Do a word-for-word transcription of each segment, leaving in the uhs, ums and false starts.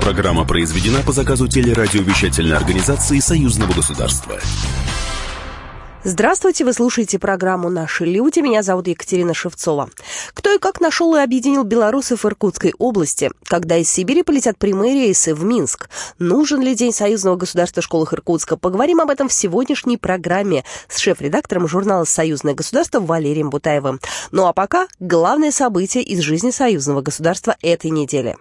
Программа произведена по заказу телерадиовещательной организации Союзного государства. Здравствуйте, вы слушаете программу «Наши люди». Меня зовут Екатерина Шевцова. Кто и как нашел и объединил белорусов в Иркутской области? Когда из Сибири полетят прямые рейсы в Минск? Нужен ли День Союзного государства в школах Иркутска? Поговорим об этом в сегодняшней программе с шеф-редактором журнала «Союзное государство» Валерием Бутаевым. Ну а пока главные события из жизни Союзного государства этой недели.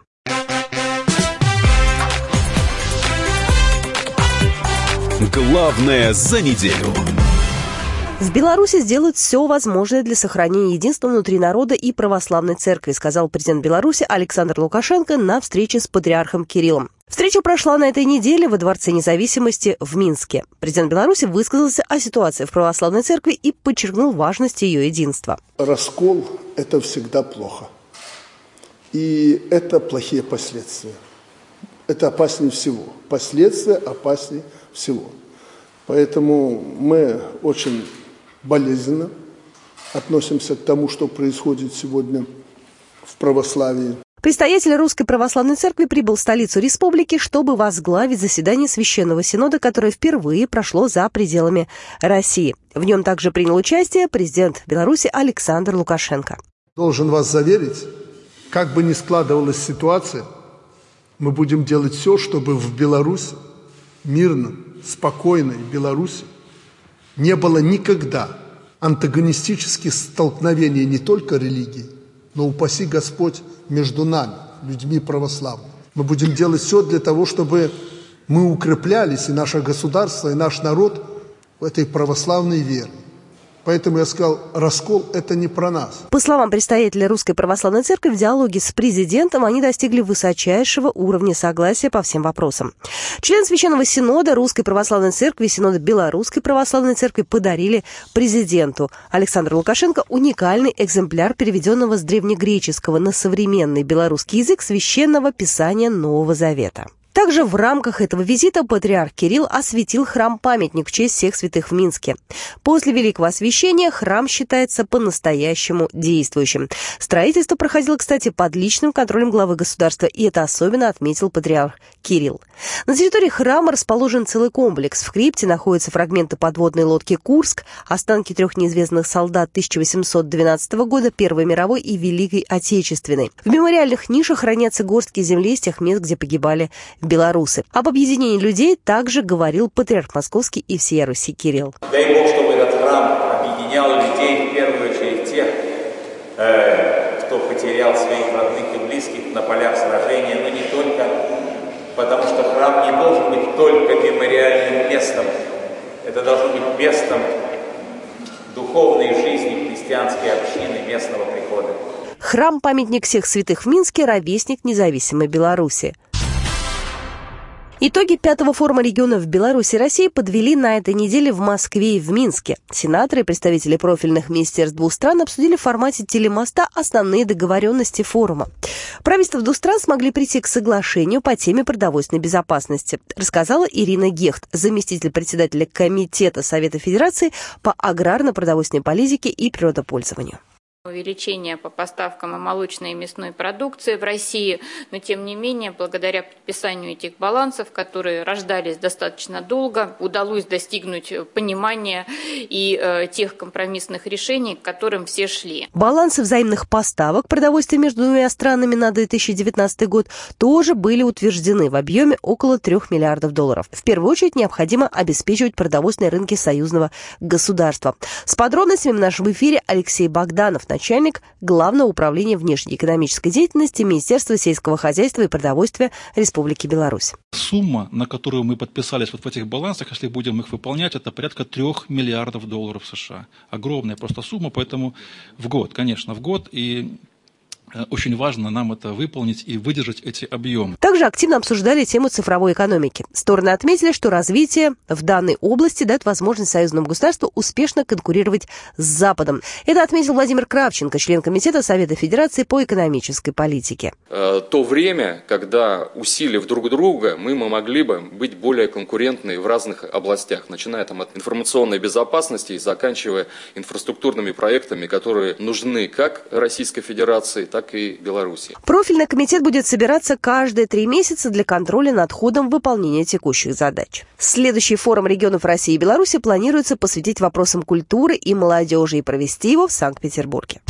Главное за неделю. В Беларуси сделают все возможное для сохранения единства внутри народа и православной церкви, сказал президент Беларуси Александр Лукашенко на встрече с патриархом Кириллом. Встреча прошла на этой неделе во Дворце независимости в Минске. Президент Беларуси высказался о ситуации в православной церкви и подчеркнул важность ее единства. Раскол – это всегда плохо. И это плохие последствия. Это опаснее всего. Последствия опаснее всего. Поэтому мы очень болезненно относимся к тому, что происходит сегодня в православии. Предстоятель Русской Православной Церкви прибыл в столицу республики, чтобы возглавить заседание Священного Синода, которое впервые прошло за пределами России. В нем также принял участие президент Беларуси Александр Лукашенко. Должен вас заверить, как бы ни складывалась ситуация, мы будем делать все, чтобы в Беларуси, мирно, спокойной Беларуси, не было никогда антагонистических столкновений не только религий, но, упаси Господь, между нами, людьми православными. Мы будем делать все для того, чтобы мы укреплялись, и наше государство, и наш народ в этой православной вере. Поэтому я сказал, раскол – это не про нас. По словам предстоятеля Русской Православной Церкви, в диалоге с президентом они достигли высочайшего уровня согласия по всем вопросам. Член Священного Синода Русской Православной Церкви и Синода Белорусской Православной Церкви подарили президенту Александру Лукашенко уникальный экземпляр переведенного с древнегреческого на современный белорусский язык священного писания Нового Завета. Также в рамках этого визита патриарх Кирилл осветил храм-памятник в честь всех святых в Минске. После Великого Освящения храм считается по-настоящему действующим. Строительство проходило, кстати, под личным контролем главы государства, и это особенно отметил патриарх Кирилл. На территории храма расположен целый комплекс. В крипте находятся фрагменты подводной лодки «Курск», останки трех неизвестных солдат тысяча восемьсот двенадцатого года, Первой мировой и Великой Отечественной. В мемориальных нишах хранятся горстки земли с тех мест, где погибали белорусы. Об объединении людей также говорил патриарх Московский и всея Руси Кирилл. Дай Бог, чтобы этот храм объединял людей, в первую очередь тех, э, кто потерял своих родных и близких на полях сражения, но не только, потому что храм не должен быть только мемориальным местом. Это должно быть местом духовной жизни христианской общины местного прихода. Храм-памятник всех святых в Минске – ровесник независимой Беларуси. Итоги пятого форума регионов Беларуси и России подвели на этой неделе в Москве и в Минске. Сенаторы и представители профильных министерств двух стран обсудили в формате телемоста основные договоренности форума. Правительства двух стран смогли прийти к соглашению по теме продовольственной безопасности, рассказала Ирина Гехт, заместитель председателя Комитета Совета Федерации по аграрно-продовольственной политике и природопользованию. Увеличение по поставкам и молочной и мясной продукции в России, но тем не менее, благодаря подписанию этих балансов, которые рождались достаточно долго, удалось достигнуть понимания и э, тех компромиссных решений, к которым все шли. Балансы взаимных поставок продовольствия между двумя странами на две тысячи девятнадцатый год тоже были утверждены в объеме около трех миллиардов долларов. В первую очередь необходимо обеспечивать продовольственные рынки союзного государства. С подробностями в нашем эфире Алексей Богданов, начальник Главного управления внешнеэкономической деятельности Министерства сельского хозяйства и продовольствия Республики Беларусь. Сумма, на которую мы подписались вот в этих балансах, если будем их выполнять, это порядка трех миллиардов долларов США. Огромная просто сумма, поэтому в год, конечно, в год. И очень важно нам это выполнить и выдержать эти объемы. Также активно обсуждали тему цифровой экономики. Стороны отметили, что развитие в данной области дает возможность союзному государству успешно конкурировать с Западом. Это отметил Владимир Кравченко, член Комитета Совета Федерации по экономической политике. То время, когда, усилив друг друга, мы могли бы быть более конкурентны в разных областях, начиная там, от информационной безопасности и заканчивая инфраструктурными проектами, которые нужны как Российской Федерации, так так и Беларуси. Профильный комитет будет собираться каждые три месяца для контроля над ходом выполнения текущих задач. Следующий форум регионов России и Беларуси планируется посвятить вопросам культуры и молодежи и провести его в Санкт-Петербурге.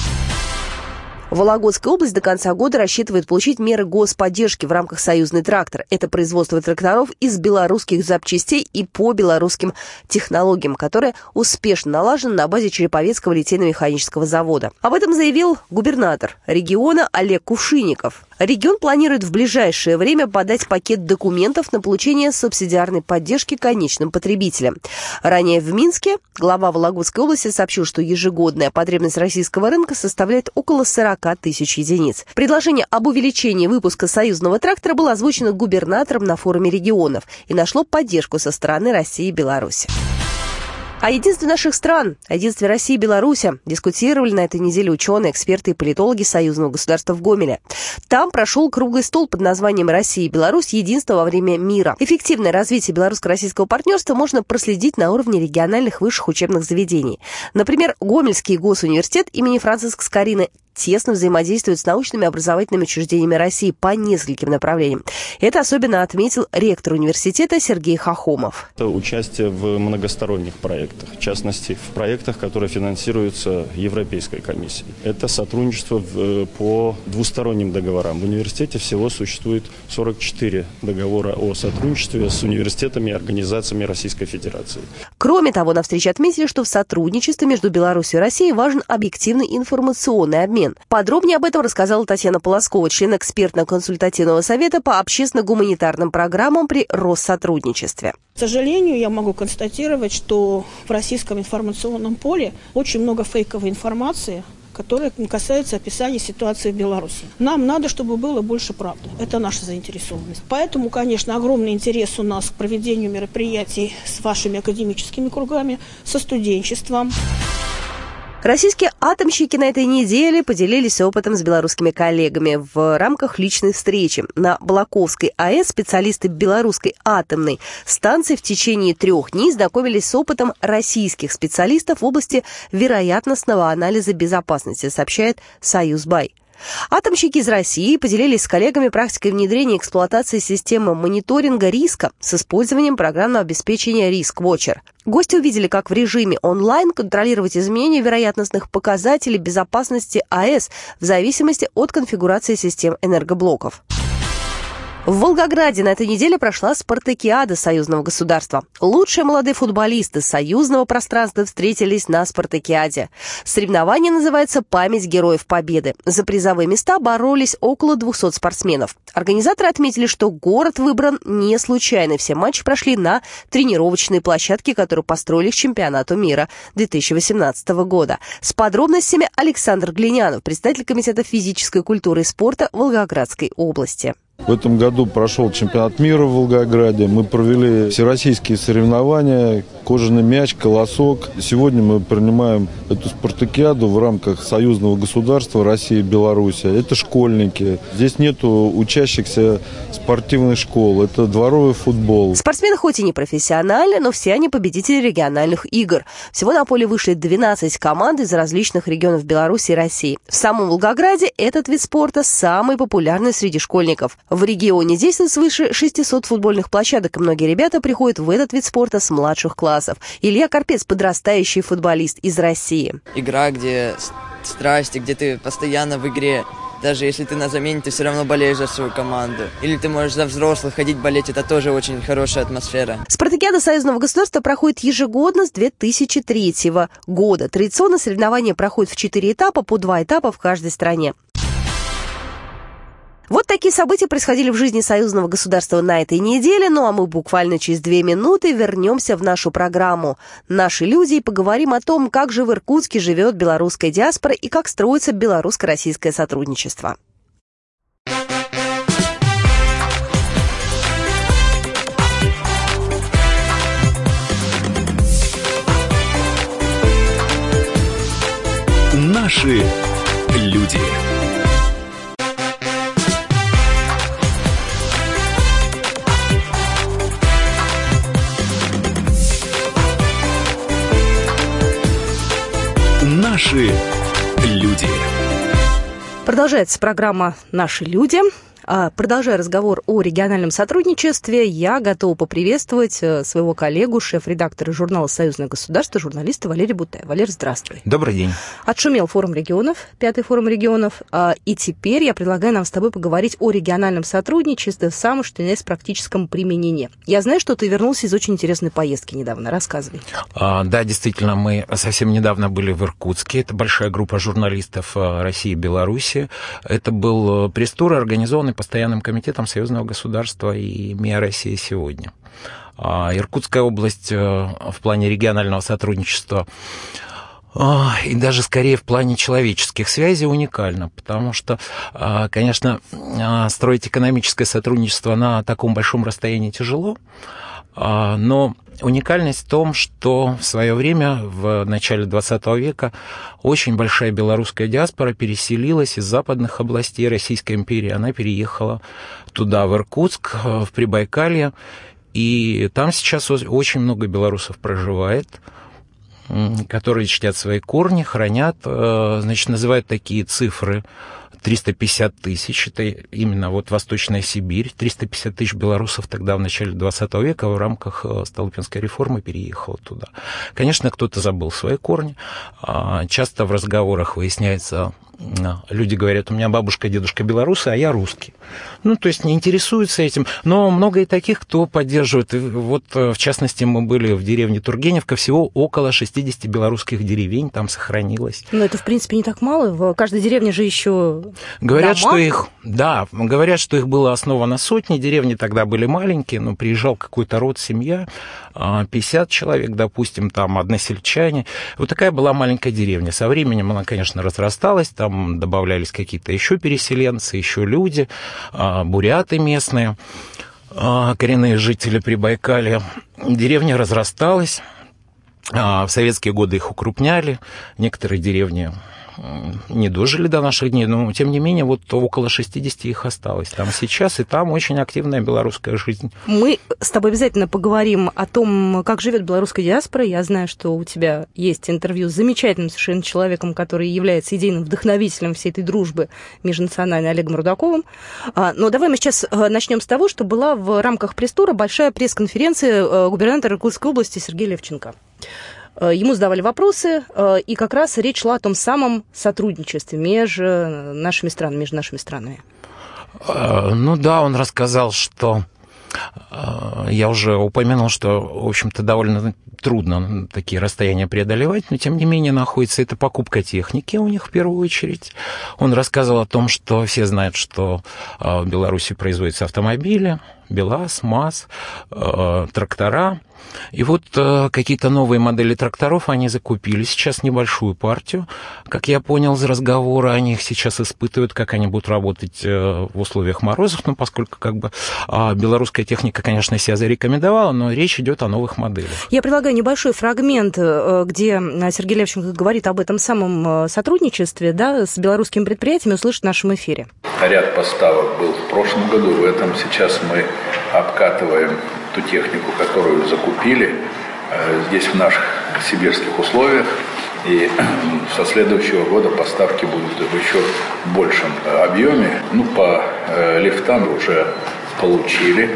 Вологодская область до конца года рассчитывает получить меры господдержки в рамках «Союзный трактор». Это производство тракторов из белорусских запчастей и по белорусским технологиям, которое успешно налажено на базе Череповецкого литейно-механического завода. Об этом заявил губернатор региона Олег Кувшинников. Регион планирует в ближайшее время подать пакет документов на получение субсидиарной поддержки конечным потребителям. Ранее в Минске глава Вологодской области сообщил, что ежегодная потребность российского рынка составляет около сорок тысяч единиц. Предложение об увеличении выпуска союзного трактора было озвучено губернатором на форуме регионов и нашло поддержку со стороны России и Беларуси. О единстве наших стран, о единстве России и Беларуси дискутировали на этой неделе ученые, эксперты и политологи союзного государства в Гомеле. Там прошел круглый стол под названием «Россия и Беларусь. Единство во время мира». Эффективное развитие белорусско-российского партнерства можно проследить на уровне региональных высших учебных заведений. Например, Гомельский госуниверситет имени Франциска Скорины тесно взаимодействует с научными и образовательными учреждениями России по нескольким направлениям. Это особенно отметил ректор университета Сергей Хохомов. Это участие в многосторонних проектах, в частности, в проектах, которые финансируются Европейской комиссией. Это сотрудничество в, по двусторонним договорам. В университете всего существует сорок четыре договора о сотрудничестве с университетами и организациями Российской Федерации. Кроме того, на встрече отметили, что в сотрудничестве между Беларусью и Россией важен объективный информационный обмен. Подробнее об этом рассказала Татьяна Полоскова, член экспертно-консультативного совета по общественно-гуманитарным программам при Россотрудничестве. К сожалению, я могу констатировать, что в российском информационном поле очень много фейковой информации, которая касается описания ситуации в Беларуси. Нам надо, чтобы было больше правды. Это наша заинтересованность. Поэтому, конечно, огромный интерес у нас к проведению мероприятий с вашими академическими кругами, со студенчеством. Российские атомщики на этой неделе поделились опытом с белорусскими коллегами в рамках личной встречи. На Балаковской АЭС специалисты белорусской атомной станции в течение трех дней знакомились с опытом российских специалистов в области вероятностного анализа безопасности, сообщает «Союзбай». Атомщики из России поделились с коллегами практикой внедрения и эксплуатации системы мониторинга риска с использованием программного обеспечения RiskWatcher. Гости увидели, как в режиме онлайн контролировать изменения вероятностных показателей безопасности АЭС в зависимости от конфигурации систем энергоблоков. В Волгограде на этой неделе прошла спартакиада союзного государства. Лучшие молодые футболисты союзного пространства встретились на спартакиаде. Соревнование называется «Память героев Победы». За призовые места боролись около двухсот спортсменов. Организаторы отметили, что город выбран не случайно. Все матчи прошли на тренировочной площадке, которую построили к чемпионату мира две тысячи восемнадцатого года. С подробностями Александр Глинянов, председатель комитета физической культуры и спорта Волгоградской области. В этом году прошел чемпионат мира в Волгограде. Мы провели всероссийские соревнования, кожаный мяч, колосок. Сегодня мы принимаем эту спартакиаду в рамках союзного государства России и Беларуси. Это школьники. Здесь нету учащихся спортивных школ. Это дворовый футбол. Спортсмены хоть и не профессиональны, но все они победители региональных игр. Всего на поле вышли двенадцать команд из различных регионов Беларуси и России. В самом Волгограде этот вид спорта самый популярный среди школьников. В регионе действует свыше шестисот футбольных площадок, и многие ребята приходят в этот вид спорта с младших классов. Илья Карпец – подрастающий футболист из России. Игра, где страсти, где ты постоянно в игре. Даже если ты на замене, ты все равно болеешь за свою команду. Или ты можешь за взрослых ходить болеть, это тоже очень хорошая атмосфера. Спартакиада союзного государства проходит ежегодно с две тысячи третьего года. Традиционно соревнования проходят в четыре этапа, по два этапа в каждой стране. Вот такие события происходили в жизни союзного государства на этой неделе, ну а мы буквально через две минуты вернемся в нашу программу «Наши люди» и поговорим о том, как же в Иркутске живет белорусская диаспора и как строится белорусско-российское сотрудничество. Наши люди. Наши люди. Продолжается программа «Наши люди». Продолжая разговор о региональном сотрудничестве, я готова поприветствовать своего коллегу, шеф-редактора журнала «Союзное государство», журналиста Валерия Бутая. Валерий, здравствуй. Добрый день. Отшумел форум регионов, пятый форум регионов, и теперь я предлагаю нам с тобой поговорить о региональном сотрудничестве в самом что ни на есть практическом применении. Я знаю, что ты вернулся из очень интересной поездки недавно. Рассказывай. А, да, действительно, мы совсем недавно были в Иркутске. Это большая группа журналистов России и Беларуси. Это был пресс-тур, организованный Постоянным комитетом Союзного государства и МИА «Россия сегодня». Иркутская область в плане регионального сотрудничества и даже скорее в плане человеческих связей уникальна, потому что, конечно, строить экономическое сотрудничество на таком большом расстоянии тяжело, но уникальность в том, что в свое время, в начале двадцатого века, очень большая белорусская диаспора переселилась из западных областей Российской империи. Она переехала туда, в Иркутск, в Прибайкалье, и там сейчас очень много белорусов проживает, которые чтят свои корни, хранят, значит, называют такие цифры. триста пятьдесят тысяч, это именно вот Восточная Сибирь, триста пятьдесят тысяч белорусов тогда в начале двадцатого века в рамках Столыпинской реформы переехало туда. Конечно, кто-то забыл свои корни, часто в разговорах выясняется, люди говорят, у меня бабушка и дедушка белорусы, а я русский. Ну, то есть не интересуются этим, но много и таких, кто поддерживает. И вот, в частности, мы были в деревне Тургеневка, всего около шестьдесят белорусских деревень там сохранилось. Но это, в принципе, не так мало, в каждой деревне же еще говорят, дома. что их, да, говорят, что их было основано сотни, деревни тогда были маленькие, но приезжал какой-то род, семья, пятьдесят человек, допустим, там односельчане. Вот такая была маленькая деревня. Со временем она, конечно, разрасталась, там добавлялись какие-то еще переселенцы, еще люди, буряты местные, коренные жители Прибайкалья. Деревня разрасталась, в советские годы их укрупняли, некоторые деревни не дожили до наших дней, но, тем не менее, вот около шестьдесят их осталось там сейчас, и там очень активная белорусская жизнь. Мы с тобой обязательно поговорим о том, как живет белорусская диаспора. Я знаю, что у тебя есть интервью с замечательным совершенно человеком, который является идейным вдохновителем всей этой дружбы межнациональной, Олегом Рудаковым. Но давай мы сейчас начнем с того, что была в рамках пресс-тура большая пресс-конференция губернатора Иркутской области Сергея Левченко. Ему задавали вопросы, и как раз речь шла о том самом сотрудничестве между нашими странами, между нашими странами. Ну да, он рассказал, что я уже упомянул, что, в общем-то, довольно трудно такие расстояния преодолевать, но, тем не менее, находится это покупка техники у них в первую очередь. Он рассказывал о том, что все знают, что в Беларуси производятся автомобили, БелАЗ, МАЗ, трактора. И вот какие-то новые модели тракторов они закупили сейчас, небольшую партию. Как я понял из разговора, они их сейчас испытывают, как они будут работать в условиях морозов, ну, поскольку как бы белорусская техника, конечно, себя зарекомендовала, но речь идет о новых моделях. Я предлагаю небольшой фрагмент, где Сергей Левченко говорит об этом самом сотрудничестве, да, с белорусскими предприятиями, услышать в нашем эфире. Ряд поставок был в прошлом году, в этом сейчас мы обкатываем ту технику, которую закупили здесь в наших сибирских условиях. И со следующего года поставки будут в еще большем объеме. Ну, по лифтам уже получили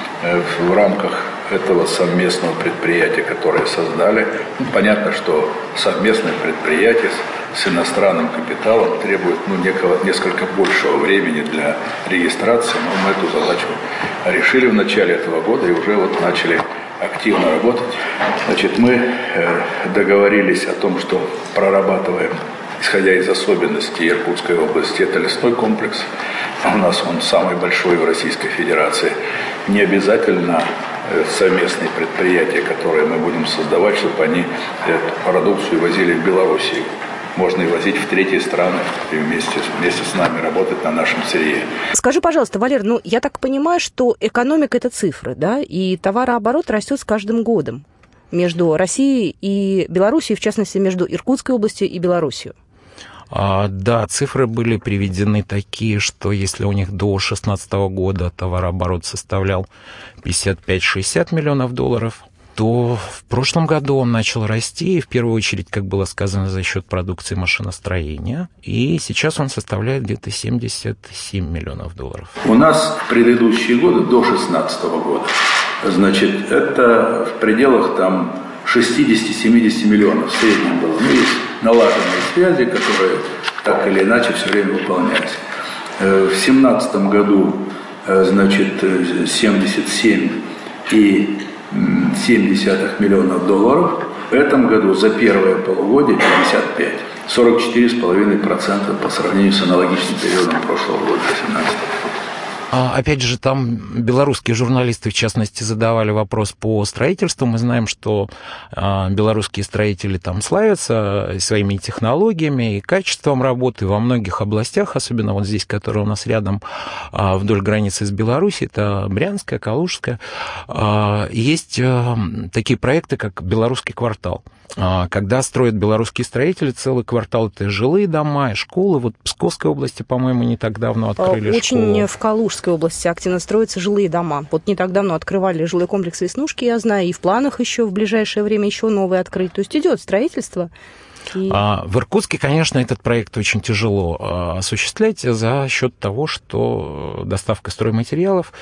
в рамках этого совместного предприятия, которое создали. Ну, понятно, что совместное предприятие с иностранным капиталом требует ну, некого, несколько большего времени для регистрации, но мы эту задачу решили в начале этого года и уже вот начали активно работать. Значит, мы договорились о том, что прорабатываем, исходя из особенностей Иркутской области, это лесной комплекс. У нас он самый большой в Российской Федерации. Не обязательно совместные предприятия, которые мы будем создавать, чтобы они эту продукцию возили в Белоруссию. Можно и возить в третьи страны и вместе, вместе с нами работать на нашем сырье. Скажи, пожалуйста, Валер, ну я так понимаю, что экономика – это цифры, да, и товарооборот растет с каждым годом между Россией и Белоруссией, в частности, между Иркутской областью и Белоруссией. А, да, цифры были приведены такие, что если у них до две тысячи шестнадцатого года товарооборот составлял пятьдесят пять - шестьдесят миллионов долларов, то в прошлом году он начал расти, и в первую очередь, как было сказано, за счет продукции машиностроения. И сейчас он составляет где-то семьдесят семь миллионов долларов. У нас в предыдущие годы, до две тысячи шестнадцатого года, значит, это в пределах там шестьдесят-семьдесят миллионов в среднем было. Ну, есть налаженные связи, которые так или иначе все время выполнялись. В две тысячи семнадцатом году, значит, семьдесят семь и семь десятых миллионов долларов. В этом году за первое полугодие пятьдесят пять. сорок четыре целых пять десятых процента по сравнению с аналогичным периодом прошлого года, две тысячи семнадцатого. Опять же, там белорусские журналисты, в частности, задавали вопрос по строительству. Мы знаем, что белорусские строители там славятся своими технологиями и качеством работы во многих областях, особенно вот здесь, которые у нас рядом вдоль границы с Беларусью, это Брянская, Калужская. Есть такие проекты, как «Белорусский квартал». Когда строят белорусские строители, целый квартал — это жилые дома и школы. Вот в Псковской области, по-моему, не так давно открыли Очень школу. Очень в Калужской области активно строятся жилые дома. Вот не так давно открывали жилой комплекс «Веснушки», я знаю, и в планах еще в ближайшее время еще новый открыть. То есть идет строительство. И... В Иркутске, конечно, этот проект очень тяжело осуществлять за счет того, что доставка стройматериалов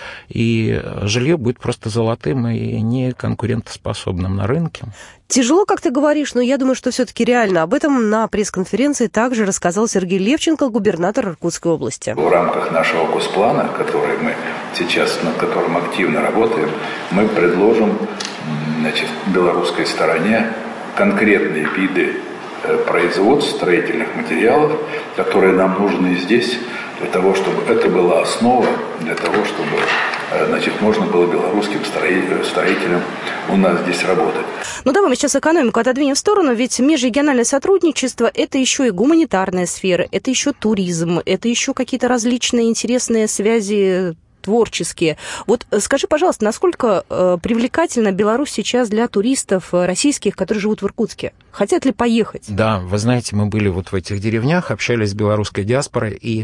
и жилье будет просто золотым и не конкурентоспособным на рынке. Тяжело, как ты говоришь, но я думаю, что все-таки реально. Об этом на пресс-конференции также рассказал Сергей Левченко, губернатор Иркутской области. В рамках нашего госплана, который мы сейчас, над которым активно работаем, мы предложим, значит, белорусской стороне конкретные виды производств строительных материалов, которые нам нужны здесь, для того, чтобы это была основа, для того, чтобы, значит, можно было белорусским строителям у нас здесь работать. Ну давай мы сейчас экономику отодвинем в сторону, ведь межрегиональное сотрудничество – это еще и гуманитарная сфера, это еще туризм, это еще какие-то различные интересные связи творческие. Вот скажи, пожалуйста, насколько э, привлекательна Беларусь сейчас для туристов российских, которые живут в Иркутске? Хотят ли поехать? Да, вы знаете, мы были вот в этих деревнях, общались с белорусской диаспорой, и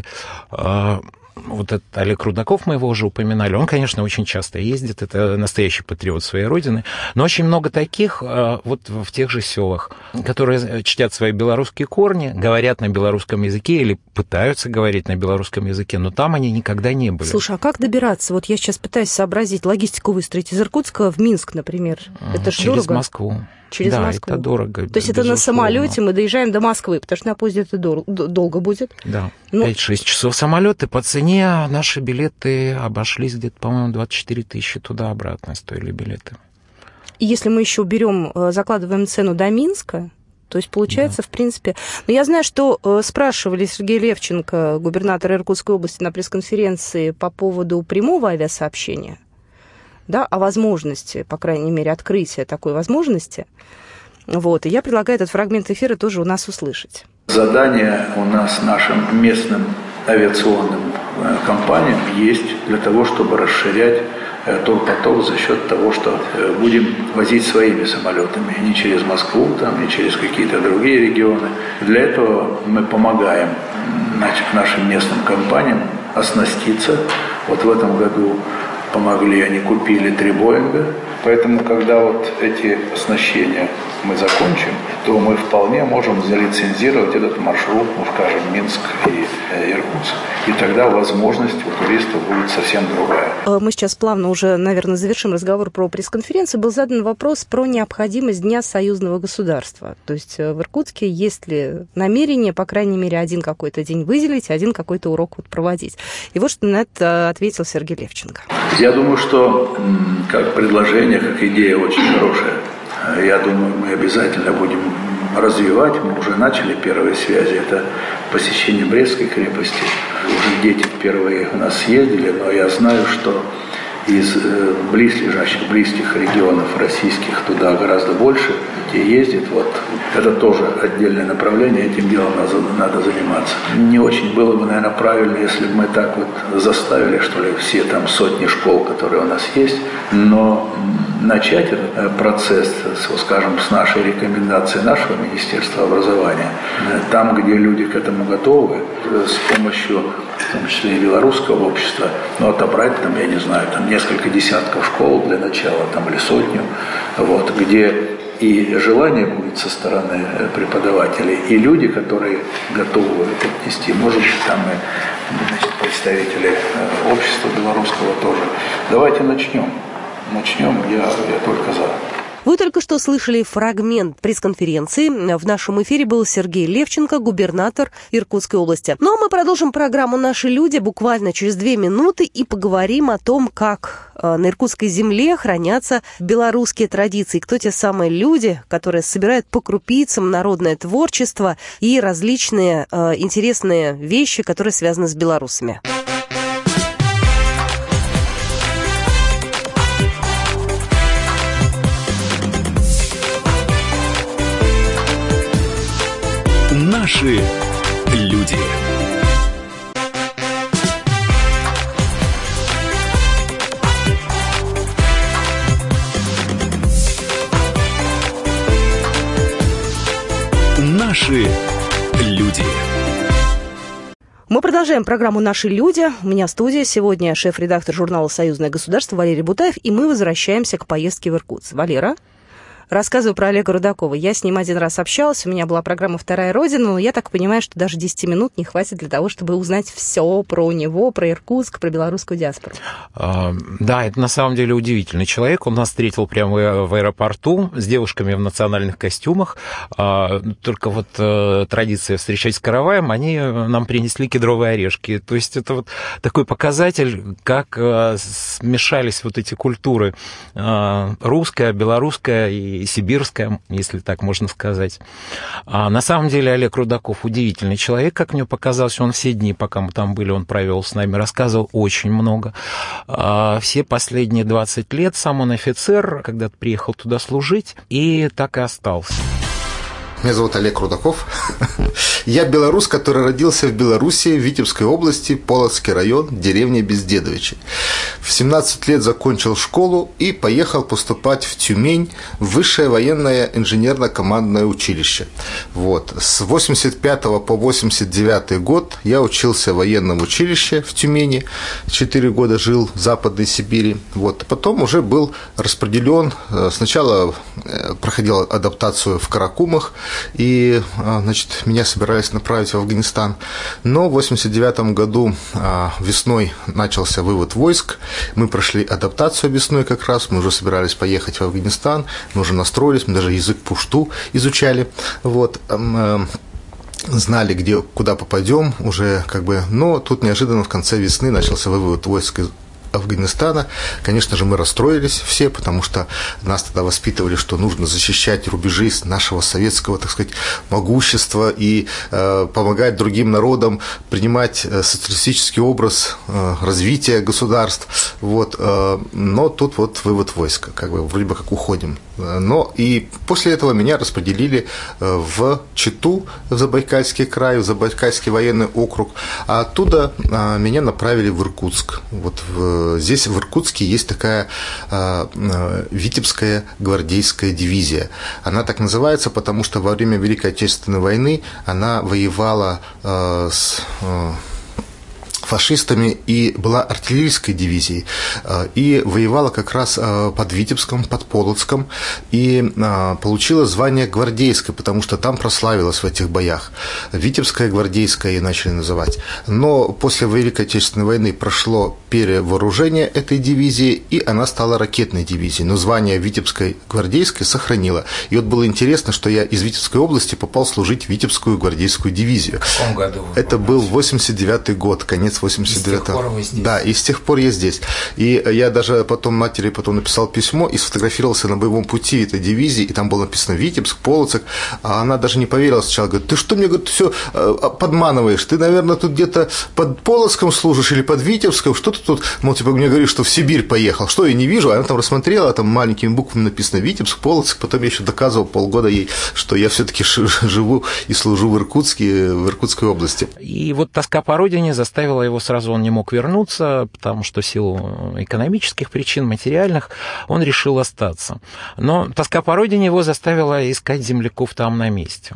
э, вот этот Олег Рудаков, мы его уже упоминали, он, конечно, очень часто ездит, это настоящий патриот своей родины, но очень много таких э, вот в тех же селах, которые чтят свои белорусские корни, говорят на белорусском языке или пытаются говорить на белорусском языке, но там они никогда не были. Слушай, а как добираться? Вот я сейчас пытаюсь сообразить, логистику выстроить из Иркутска в Минск, например. Это же дорого. Через Москву. Через да, Москву. Это дорого. То есть безусловно. Это на самолете мы доезжаем до Москвы, потому что на поезде это дор- долго будет. Да, ну... пять-шесть часов самолеты. По цене наши билеты обошлись где-то, по-моему, двадцать четыре тысячи туда-обратно стоили билеты. И если мы еще берем, закладываем цену до Минска, то есть получается, да. в принципе... Но я знаю, что э, спрашивали Сергея Левченко, губернатора Иркутской области, на пресс-конференции по поводу прямого авиасообщения, да, о возможности, по крайней мере, открытия такой возможности. Вот, и я предлагаю этот фрагмент эфира тоже у нас услышать. Задание у нас нашим местным авиационным компаниям есть для того, чтобы расширять турпоток за счет того, что будем возить своими самолетами, не через Москву, там, не через какие-то другие регионы. Для этого мы помогаем, значит, нашим местным компаниям оснаститься. Вот в этом году помогли, они купили три Боинга. Поэтому, когда вот эти оснащения мы закончим, то мы вполне можем залицензировать этот маршрут, ну, скажем, Минск и э, Иркутск. И тогда возможность у туристов будет совсем другая. Мы сейчас плавно уже, наверное, завершим разговор про пресс-конференцию. Был задан вопрос про необходимость Дня союзного государства. То есть в Иркутске есть ли намерение, по крайней мере, один какой-то день выделить, один какой-то урок вот проводить. И вот что на это ответил Сергей Левченко. Я думаю, что как предложение, как идея очень хорошая. Я думаю, мы обязательно будем развивать. Мы уже начали первые связи. Это посещение Брестской крепости. Уже дети впервые у нас съездили, но я знаю, что из близлежащих, близких регионов российских туда гораздо больше детей ездит. Вот. Это тоже отдельное направление, этим делом надо, надо заниматься. Не очень было бы, наверное, правильно, если бы мы так вот заставили, что ли, все там сотни школ, которые у нас есть, но начать этот процесс, скажем, с нашей рекомендации нашего Министерства образования, там, где люди к этому готовы, с помощью, в том числе и белорусского общества, ну, отобрать там, я не знаю, там несколько десятков школ для начала, там, или сотню, вот, где и желание будет со стороны преподавателей, и люди, которые готовы это нести, может быть, там и, значит, представители общества белорусского тоже. Давайте начнем. Начнем, я, я только за. Вы только что слышали фрагмент пресс-конференции. В нашем эфире был Сергей Левченко, губернатор Иркутской области. Ну а мы продолжим программу «Наши люди» буквально через две минуты и поговорим о том, как на иркутской земле хранятся белорусские традиции. Кто те самые люди, которые собирают по крупицам народное творчество и различные э, интересные вещи, которые связаны с белорусами. Наши люди. Наши люди. Мы продолжаем программу «Наши люди». У меня в студии сегодня шеф-редактор журнала «Союзное государство» Валерий Бутаев, и мы возвращаемся к поездке в Иркутск. Валера? Рассказываю про Олега Рудакова. Я с ним один раз общалась, у меня была программа «Вторая Родина», но я так понимаю, что даже десяти минут не хватит для того, чтобы узнать все про него, про Иркутск, про белорусскую диаспору. Да, это на самом деле удивительный человек. Он нас встретил прямо в аэропорту с девушками в национальных костюмах. Только вот традиция встречать с караваем, они нам принесли кедровые орешки. То есть это вот такой показатель, как смешались вот эти культуры. Русская, белорусская и и сибирская, если так можно сказать. А на самом деле Олег Рудаков удивительный человек, как мне показалось. Он все дни, пока мы там были, он провел с нами, рассказывал очень много. А все последние двадцать лет сам он офицер, когда-то приехал туда служить, и так и остался. Меня зовут Олег Рудаков. Я белорус, который родился в Беларуси, в Витебской области, Полоцкий район, деревня Бездедовичи. В семнадцать лет закончил школу и поехал поступать в Тюмень, в Высшее военное инженерно-командное училище. Вот. С восемьдесят пятого по восемьдесят девятый год я учился в военном училище в Тюмени. Четыре года жил в Западной Сибири. Вот. Потом уже был распределен. Сначала проходил адаптацию в Каракумах, и, значит, меня собирались направить в Афганистан. Но в восемьдесят девятом году весной начался вывод войск. Мы прошли адаптацию весной как раз. Мы уже собирались поехать в Афганистан. Мы уже настроились, мы даже язык пушту изучали. Вот. Знали, где, куда попадем уже, как бы. Но тут неожиданно в конце весны начался вывод войск из Афганистана. Конечно же, мы расстроились все, потому что нас тогда воспитывали, что нужно защищать рубежи нашего советского, так сказать, могущества и э, помогать другим народам принимать социалистический образ э, развития государств. Вот, э, но тут вот вывод войска, как бы вроде бы как уходим. Но и после этого меня распределили в Читу, в Забайкальский край, в Забайкальский военный округ, а оттуда э, меня направили в Иркутск. Вот в Здесь в Иркутске есть такая э, Витебская гвардейская дивизия. Она так называется, потому что во время Великой Отечественной войны она воевала э, с... Э, фашистами и была артиллерийской дивизией, и воевала как раз под Витебском, под Полоцком, и получила звание гвардейской, потому что там прославилась в этих боях. Витебская гвардейская ее начали называть. Но после Великой Отечественной войны прошло перевооружение этой дивизии, и она стала ракетной дивизией, но звание Витебской гвардейской сохранила. И вот было интересно, что я из Витебской области попал служить в Витебскую гвардейскую дивизию. В каком году? Это был восемьдесят девятый год, конец восемьдесят девятого. Да, и с тех пор я здесь. И я даже потом матери потом написал письмо и сфотографировался на боевом пути этой дивизии, и там было написано Витебск, Полоцк, а она даже не поверила сначала, говорит, ты что мне, говорит, все подманываешь, ты, наверное, тут где-то под Полоцком служишь или под Витебском, что ты тут, мол, типа, мне говоришь, что в Сибирь поехал, что я не вижу, она там рассмотрела, там маленькими буквами написано Витебск, Полоцк, потом я еще доказывал полгода ей, что я все-таки живу и служу в Иркутске, в Иркутской области. И вот тоска по родине заставила его сразу он не мог вернуться, потому что в силу экономических причин, материальных, он решил остаться. Но тоска по родине его заставила искать земляков там на месте.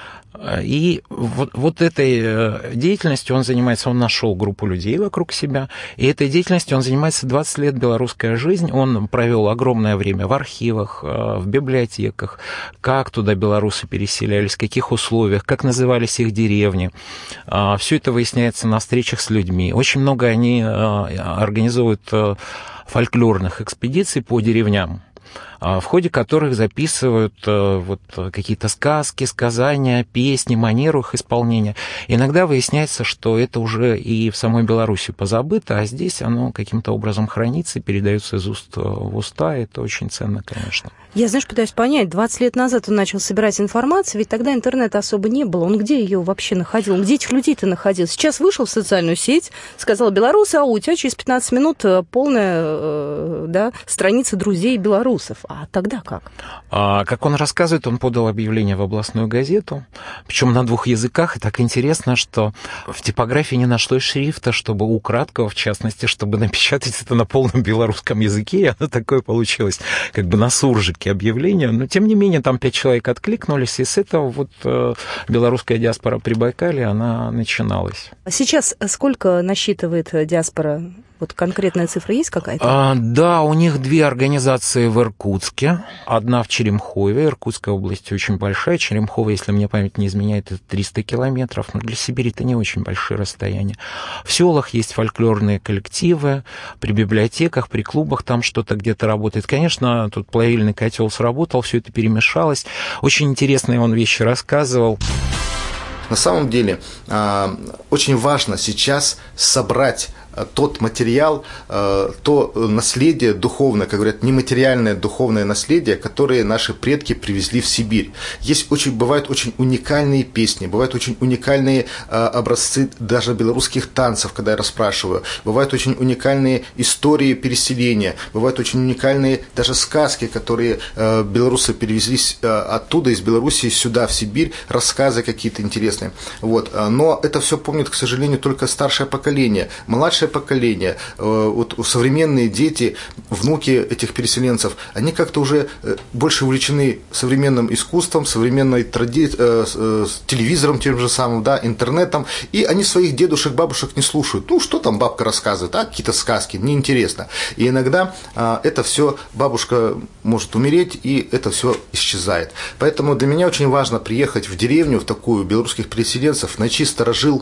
И вот, вот этой деятельностью он занимается, он нашел группу людей вокруг себя, и этой деятельностью он занимается двадцать лет «Белорусская жизнь». Он провел огромное время в архивах, в библиотеках, как туда белорусы переселялись, в каких условиях, как назывались их деревни. Все это выясняется на встречах с людьми. Очень много они организуют фольклорных экспедиций по деревням, в ходе которых записывают вот какие-то сказки, сказания, песни, манеру их исполнения. Иногда выясняется, что это уже и в самой Беларуси позабыто, а здесь оно каким-то образом хранится и передается из уст в уста. Это очень ценно, конечно. Я, знаешь, пытаюсь понять, двадцать лет назад он начал собирать информацию, ведь тогда интернета особо не было. Он где ее вообще находил? Он где этих людей-то находил? Сейчас вышел в социальную сеть, сказал: белорусы, а у тебя через пятнадцать минут полная, да, страница друзей белорусов. А тогда как? А, как он рассказывает, он подал объявление в областную газету, причем на двух языках. И так интересно, что в типографии не нашлось шрифта, чтобы у Краткова, в частности, чтобы напечатать это на полном белорусском языке. И оно такое получилось, как бы на суржике объявление. Но, тем не менее, там пять человек откликнулись, и с этого вот э, белорусская диаспора Прибайкалья, она начиналась. Сейчас сколько насчитывает диаспора? Вот конкретная цифра есть какая-то? А, да, у них две организации в Иркутске. Одна в Черемхове. Иркутская область очень большая. Черемхово, если мне память не изменяет, это триста километров. Но для Сибири это не очень большие расстояния. В селах есть фольклорные коллективы. При библиотеках, при клубах там что-то где-то работает. Конечно, тут плавильный котел сработал, все это перемешалось. Очень интересные он вещи рассказывал. На самом деле, очень важно сейчас собрать тот материал, то наследие духовное, как говорят, нематериальное духовное наследие, которое наши предки привезли в Сибирь. Есть очень, бывают очень уникальные песни, бывают очень уникальные образцы даже белорусских танцев, когда я расспрашиваю, бывают очень уникальные истории переселения, бывают очень уникальные даже сказки, которые белорусы перевезли оттуда, из Белоруссии, сюда, в Сибирь, рассказы какие-то интересные. Вот. Но это все помнит, к сожалению, только старшее поколение. Младшее поколение, вот современные дети, внуки этих переселенцев, они как-то уже больше увлечены современным искусством, современной тради... телевизором тем же самым, да, интернетом, и они своих дедушек, бабушек не слушают. Ну, что там бабка рассказывает, а какие-то сказки, неинтересно. И иногда это все, бабушка может умереть, и это все исчезает. Поэтому для меня очень важно приехать в деревню, в такую белорусских переселенцев, найти старожил,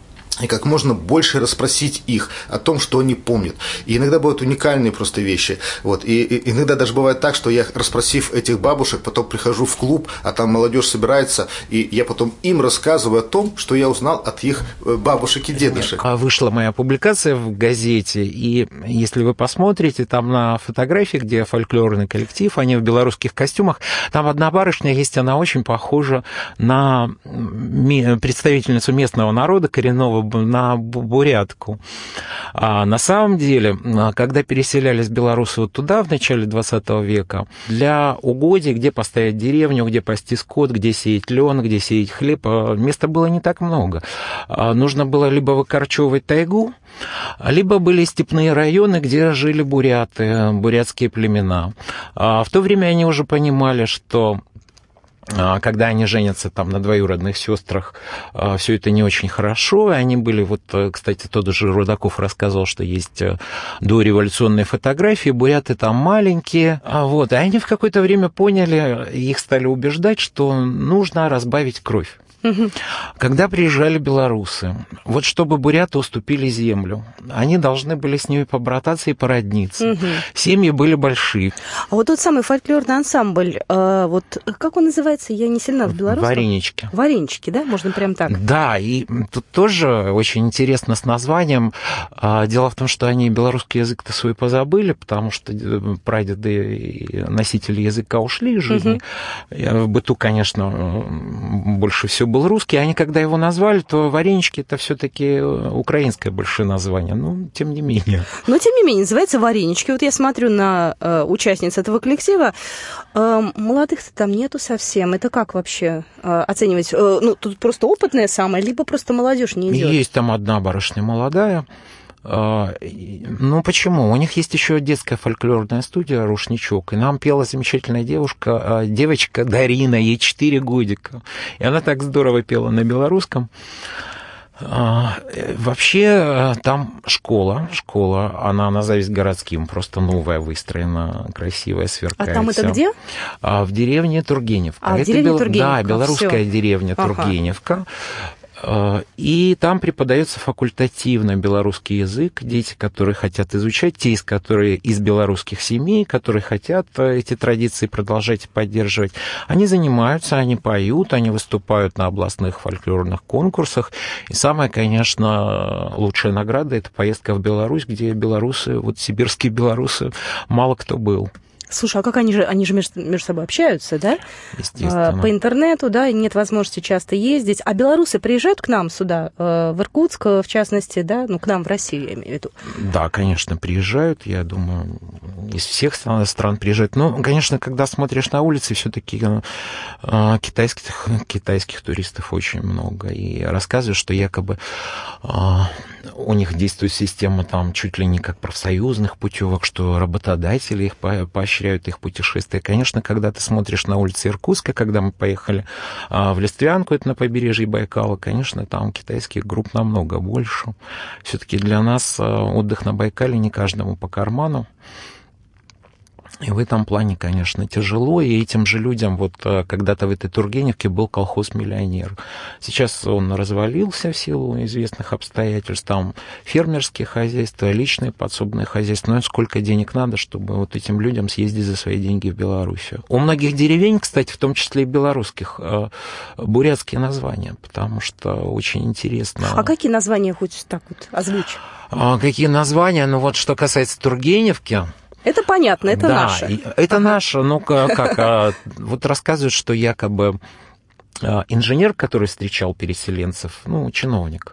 и как можно больше расспросить их о том, что они помнят. И иногда бывают уникальные просто вещи. Вот. И, и иногда даже бывает так, что я, расспросив этих бабушек, потом прихожу в клуб, а там молодежь собирается, и я потом им рассказываю о том, что я узнал от их бабушек и дедушек. Вышла моя публикация в газете, и если вы посмотрите, там на фотографии, где фольклорный коллектив, они в белорусских костюмах, там одна барышня есть, она очень похожа на представительницу местного народа, коренного, на бурятку. А на самом деле, когда переселялись белорусы вот туда в начале двадцатого века, для угодий, где поставить деревню, где пасти скот, где сеять лен, где сеять хлеб, места было не так много. Нужно было либо выкорчевывать тайгу, либо были степные районы, где жили буряты, бурятские племена. А в то время они уже понимали, что когда они женятся там на двоюродных сестрах, все это не очень хорошо. Они были, вот, кстати, тот же Рудаков рассказывал, что есть дореволюционные фотографии, буряты там маленькие. Вот, и они в какое-то время поняли, их стали убеждать, что нужно разбавить кровь. Когда приезжали белорусы, вот чтобы буряты уступили землю, они должны были с ними побрататься и породниться. Угу. Семьи были большие. А вот тот самый фольклорный ансамбль, э, вот как он называется? Я не сильна в белорусском. Варенички. Варенички, да? Можно прям так? Да, и тут тоже очень интересно с названием. Дело в том, что они белорусский язык-то свой позабыли, потому что прадеды и носители языка ушли из жизни. Угу. В быту, конечно, больше всего был русский. Они, когда его назвали, то варенички это все-таки украинское большое название. Ну, тем не менее. Но, тем не менее, называется варенички. Вот я смотрю на э, участниц этого коллектива. Э, молодых-то там нету совсем. Это как вообще э, оценивать? Э, ну, тут просто опытная самая, либо просто молодежь не идет? Есть там одна барышня молодая. Ну, почему? У них есть еще детская фольклорная студия «Рушничок», и нам пела замечательная девушка, девочка Дарина, ей четыре годика. И она так здорово пела на белорусском. Вообще, там школа, школа, она на зависть городским, просто новая выстроена, красивая, сверкает. А там это где? В деревне Тургеневка. А, это деревня бел... Тургеневка. Да, белорусская Всё. деревня Тургеневка. Ага. И там преподается факультативно белорусский язык. Дети, которые хотят изучать, те, из которые из белорусских семей, которые хотят эти традиции продолжать и поддерживать, они занимаются, они поют, они выступают на областных фольклорных конкурсах. И самая, конечно, лучшая награда – это поездка в Беларусь, где белорусы, вот сибирские белорусы, мало кто был. Слушай, а как они же, они же между, между собой общаются, да? Естественно. По интернету, да, нет возможности часто ездить. А белорусы приезжают к нам сюда, в Иркутск, в частности, да, ну, к нам в Россию, я имею в виду? Да, конечно, приезжают, я думаю, из всех стран, стран приезжают. Но, конечно, когда смотришь на улице, все-таки китайских, китайских туристов очень много. И рассказывают, что якобы у них действует система там чуть ли не как профсоюзных путевок, что работодатели их поощряют, их путешествия. Конечно, когда ты смотришь на улице Иркутска, когда мы поехали в Листвянку, это на побережье Байкала, конечно, там китайских групп намного больше. Все-таки для нас отдых на Байкале не каждому по карману. И в этом плане, конечно, тяжело. И этим же людям, вот когда-то в этой Тургеневке был колхоз-миллионер. Сейчас он развалился в силу известных обстоятельств. Там фермерские хозяйства, личные подсобные хозяйства. Но сколько денег надо, чтобы вот этим людям съездить за свои деньги в Белоруссию. У многих деревень, кстати, в том числе и белорусских, бурятские названия, потому что очень интересно. А какие названия хоть так вот озвучь? А какие названия? Ну вот что касается Тургеневки... Это понятно, это да, наше. Это наше. Ну, как, вот рассказывают, что якобы инженер, который встречал переселенцев, ну, чиновник,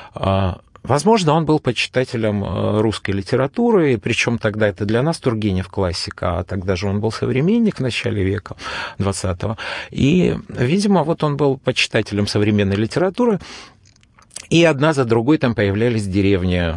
возможно, он был почитателем русской литературы, причем тогда это для нас Тургенев классика, а тогда же он был современник в начале века двадцатого. И, видимо, вот он был почитателем современной литературы, и одна за другой там появлялись деревни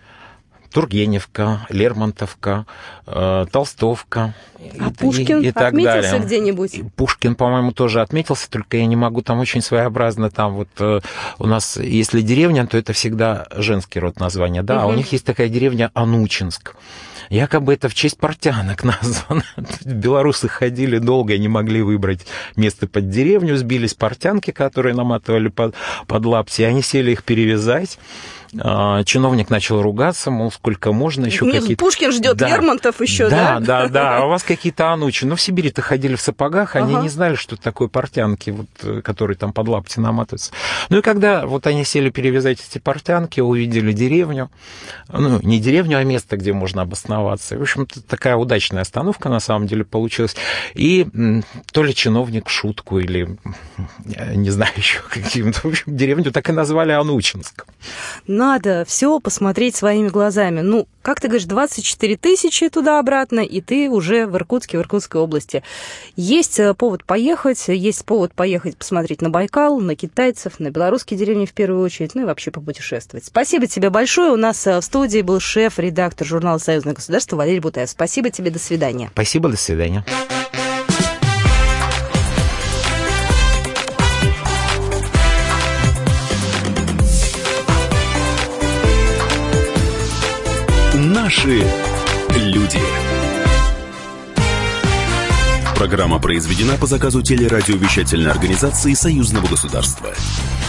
Тургеневка, Лермонтовка, э, Толстовка. А и, Пушкин и, и так отметился далее. где-нибудь? И Пушкин, по-моему, тоже отметился, только я не могу, там очень своеобразно, там вот э, у нас, если деревня, то это всегда женский род названия, да, угу. А у них есть такая деревня Анучинск. Якобы это в честь портянок названо. Белорусы ходили долго и не могли выбрать место под деревню, сбились портянки, которые наматывали под, под лапти, и они сели их перевязать. Чиновник начал ругаться, мол, сколько можно, еще Нет, какие-то... Пушкин ждет, да. Лермонтов еще, да? Да, да, да, а у вас какие-то анучи. Ну, в Сибири-то ходили в сапогах, они ага. не знали, что это такое портянки, вот, которые там под лапти наматываются. Ну, и когда вот они сели перевязать эти портянки, увидели деревню, ну, не деревню, а место, где можно обосноваться. В общем-то, такая удачная остановка, на самом деле, получилась. И то ли чиновник в шутку, или, не знаю, еще каким-то, в общем, деревню так и назвали Анучинск. Надо все посмотреть своими глазами. Ну, как ты говоришь, двадцать четыре тысячи туда-обратно, и ты уже в Иркутске, в Иркутской области. Есть повод поехать, есть повод поехать посмотреть на Байкал, на китайцев, на белорусские деревни в первую очередь, ну и вообще попутешествовать. Спасибо тебе большое. У нас в студии был шеф-редактор журнала «Союзное государство» Валерий Бутаев. Спасибо тебе, до свидания. Спасибо, до свидания. Наши люди. Программа произведена по заказу телерадиовещательной организации Союзного государства.